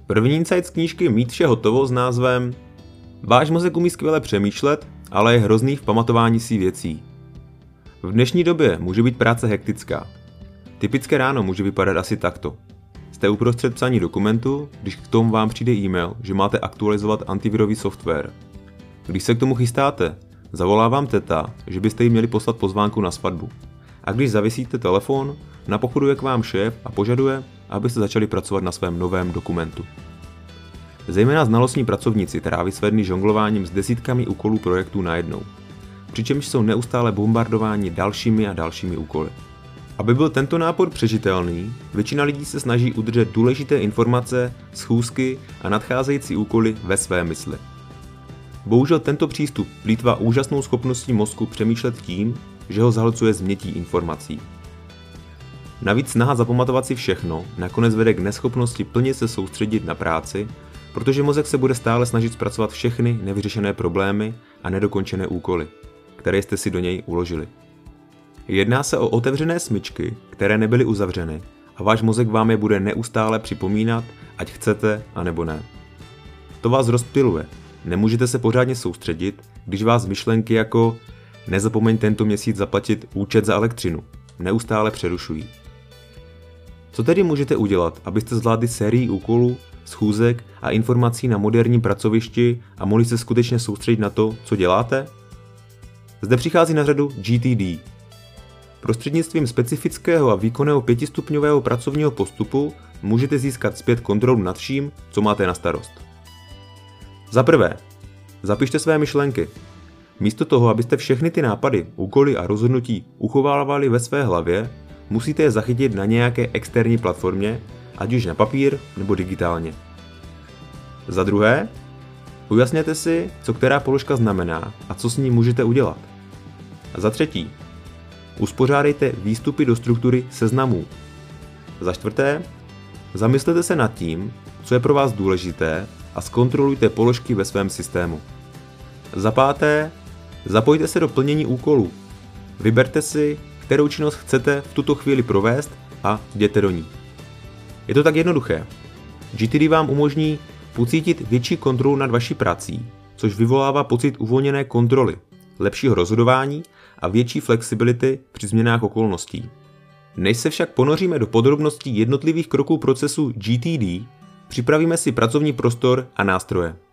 První insight z knížky Mít vše hotovo s názvem Váš mozek umí skvěle přemýšlet, ale je hrozný v pamatování si věcí. V dnešní době může být práce hektická. Typické ráno může vypadat asi takto. Jste uprostřed psaní dokumentu, když k tomu vám přijde e-mail, že máte aktualizovat antivirový software. Když se k tomu chystáte, zavolá vám teta, že byste jí měli poslat pozvánku na svatbu. A když zavisíte telefon, napochoduje k vám šéf a požaduje, abyste začali pracovat na svém novém dokumentu. Zejména znalostní pracovníci tráví své dny žonglováním s desítkami úkolů projektů najednou, přičemž jsou neustále bombardováni dalšími a dalšími úkoly. Aby byl tento nápor přežitelný, většina lidí se snaží udržet důležité informace, schůzky a nadcházející úkoly ve své mysli. Bohužel tento přístup plýtvá úžasnou schopností mozku přemýšlet tím, že ho zahlcuje změtí informací. Navíc snaha zapamatovat si všechno nakonec vede k neschopnosti plně se soustředit na práci, protože mozek se bude stále snažit zpracovat všechny nevyřešené problémy a nedokončené úkoly, které jste si do něj uložili. Jedná se o otevřené smyčky, které nebyly uzavřeny a váš mozek vám je bude neustále připomínat, ať chcete a nebo ne. To vás rozptyluje, nemůžete se pořádně soustředit, když vás myšlenky jako nezapomeň tento měsíc zaplatit účet za elektřinu neustále přerušují. Co tedy můžete udělat, abyste zvládli sérii úkolů, schůzek a informací na moderním pracovišti a mohli se skutečně soustředit na to, co děláte? Zde přichází na řadu GTD. Prostřednictvím specifického a výkonného 5stupňového pracovního postupu můžete získat zpět kontrolu nad vším, co máte na starost. Za prvé, zapište své myšlenky. Místo toho, abyste všechny ty nápady, úkoly a rozhodnutí uchovávali ve své hlavě, musíte je zachytit na nějaké externí platformě, ať už na papír nebo digitálně. Za druhé, ujasněte si, co která položka znamená a co s ní můžete udělat. A za třetí, uspořádejte výstupy do struktury seznamů. Za čtvrté, zamyslete se nad tím, co je pro vás důležité a zkontrolujte položky ve svém systému. Za páté, zapojte se do plnění úkolů. Vyberte si, kterou činnost chcete v tuto chvíli provést a jděte do ní. Je to tak jednoduché. GTD vám umožní pocítit větší kontrolu nad vaší prací, což vyvolává pocit uvolněné kontroly, lepšího rozhodování a větší flexibility při změnách okolností. Než se však ponoříme do podrobností jednotlivých kroků procesu GTD, připravíme si pracovní prostor a nástroje.